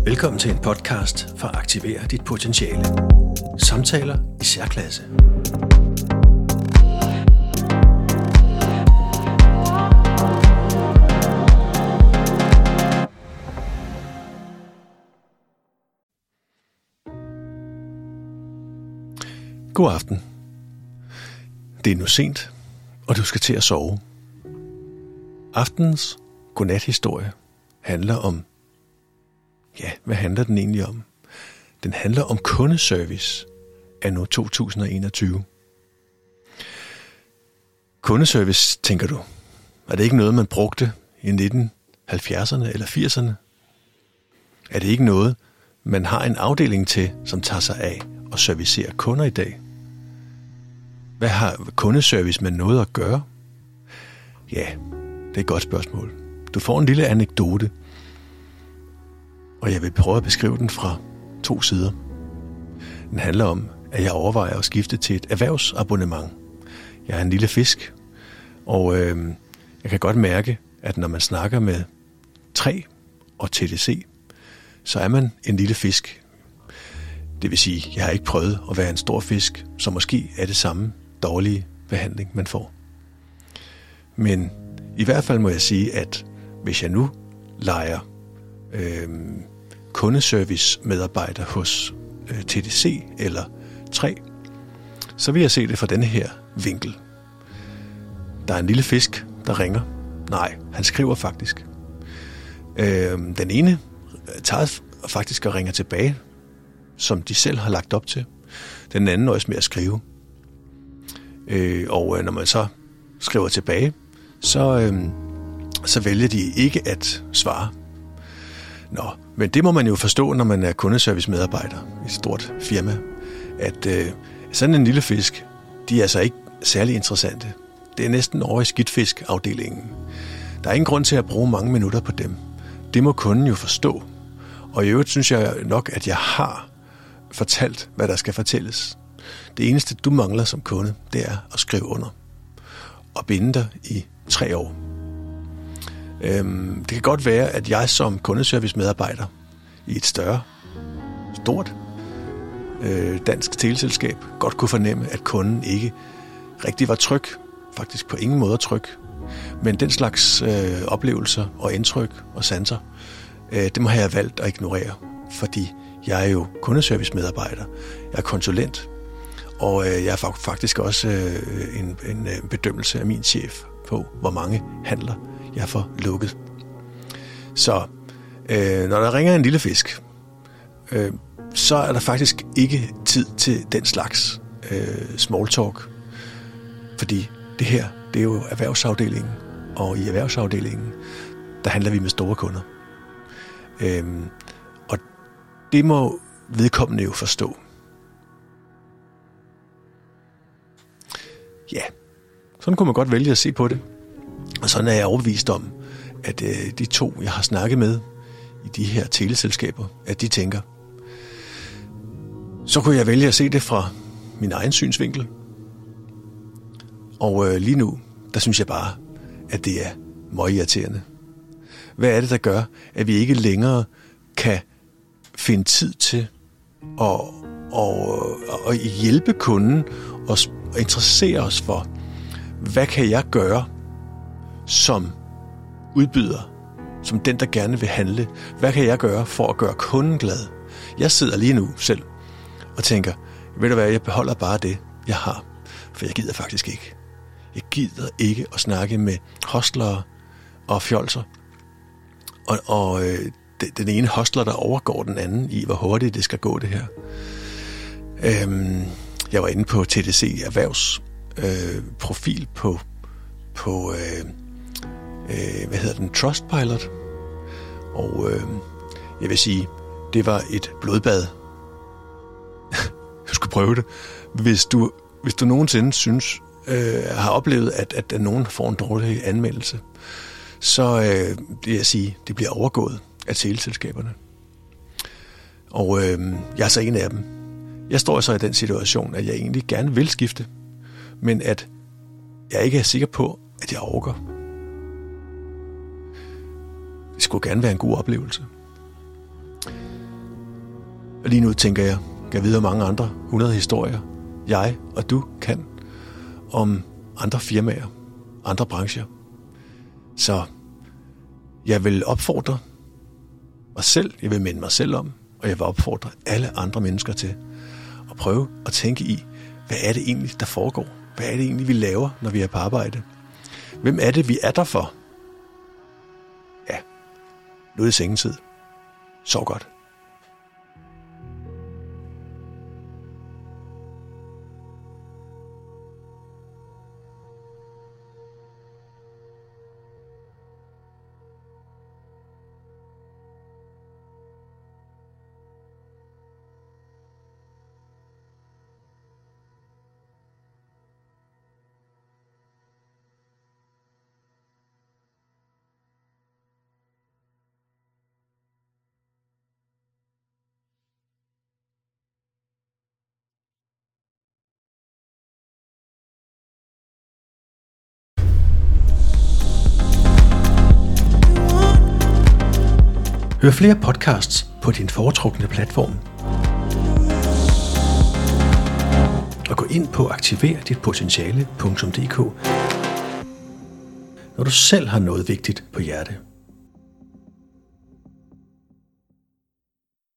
Velkommen til en podcast for at aktivere dit potentiale. Samtaler i særklasse. God aften. Det er nu sent, og du skal til at sove. Aftens godnathistorie handler om... Ja, hvad handler den egentlig om? Den handler om kundeservice anno 2021. Kundeservice, tænker du, er det ikke noget, man brugte i 1970'erne eller 80'erne? Er det ikke noget, man har en afdeling til, som tager sig af og servicerer kunder i dag? Hvad har kundeservice med noget at gøre? Ja, det er et godt spørgsmål. Du får en lille anekdote, og jeg vil prøve at beskrive den fra 2 sider. Den handler om, at jeg overvejer at skifte til et erhvervsabonnement. Jeg er en lille fisk, og jeg kan godt mærke, at når man snakker med Træ og TDC, så er man en lille fisk. Det vil sige, at jeg har ikke prøvet at være en stor fisk, så måske er det samme dårlige behandling, man får. Men i hvert fald må jeg sige, at hvis jeg nu leger kundeservice medarbejder hos TDC eller Træ, så vil jeg se det fra denne her vinkel. Der er en lille fisk, der ringer. Nej, han skriver faktisk. Den ene tager faktisk og ringer tilbage, som de selv har lagt op til. Den anden nøjes med at skrive. Og når man så skriver tilbage, så vælger de ikke at svare. Nå, men det må man jo forstå, når man er kundeservice-medarbejder i et stort firma, at sådan en lille fisk, de er altså ikke særlig interessante. Det er næsten over i skidtfisk-afdelingen. Der er ingen grund til at bruge mange minutter på dem. Det må kunden jo forstå. Og i øvrigt synes jeg nok, at jeg har fortalt, hvad der skal fortælles. Det eneste, du mangler som kunde, det er at skrive under og binde dig i 3 år. Det kan godt være, at jeg som kundeservice-medarbejder i et stort dansk teleselskab godt kunne fornemme, at kunden ikke rigtig var tryg, faktisk på ingen måde tryg. Men den slags oplevelser og indtryk og sanser, det må jeg have valgt at ignorere, fordi jeg er jo kundeservice-medarbejder, jeg er konsulent, og jeg er faktisk også en bedømmelse af min chef på, hvor mange handler jeg får lukket. Så når der ringer en lille fisk, så er der faktisk ikke tid til den slags small talk, fordi det her, det er jo erhvervsafdelingen, og i erhvervsafdelingen, der handler vi med store kunder. Og det må vedkommende jo forstå. Ja, sådan kunne man godt vælge at se på det. Og sådan er jeg overbevist om, at de 2, jeg har snakket med i de her teleselskaber, at de tænker. Så kunne jeg vælge at se det fra min egen synsvinkel. Og lige nu, der synes jeg bare, at det er møgirriterende. Hvad er det, der gør, at vi ikke længere kan finde tid til at hjælpe kunden og interessere os for, hvad kan jeg gøre som udbyder, som den, der gerne vil handle? Hvad kan jeg gøre for at gøre kunden glad? Jeg sidder lige nu selv og tænker, ved du hvad, jeg beholder bare det, jeg har, for jeg gider faktisk ikke. Jeg gider ikke at snakke med hostlere og fjolser. Og den ene hostler, der overgår den anden i, hvor hurtigt det skal gå, det her. Jeg var inde på TDC Erhvervs profil på hvad hedder den, Trustpilot. Og jeg vil sige, det var et blodbad. Jeg skulle prøve det. Hvis du nogensinde synes, har oplevet, at nogen får en dårlig anmeldelse, så det jeg sige, det bliver overgået af teleselskaberne. Og jeg er så en af dem. Jeg står så i den situation, at jeg egentlig gerne vil skifte, men at jeg ikke er sikker på, at jeg orker. Det skulle gerne være en god oplevelse. Og lige nu tænker jeg, kan vide, hvor mange andre 100 historier, jeg og du kan, om andre firmaer, andre brancher. Så jeg vil opfordre mig selv, jeg vil minde mig selv om, og jeg vil opfordre alle andre mennesker til at prøve at tænke i, hvad er det egentlig, der foregår? Hvad er det egentlig, vi laver, når vi er på arbejde? Hvem er det, vi er der for? Ja, nu er det sengetid. Sov godt. Hør flere podcasts på din foretrukne platform. Og gå ind på aktiverditpotentiale.dk, når du selv har noget vigtigt på hjerte.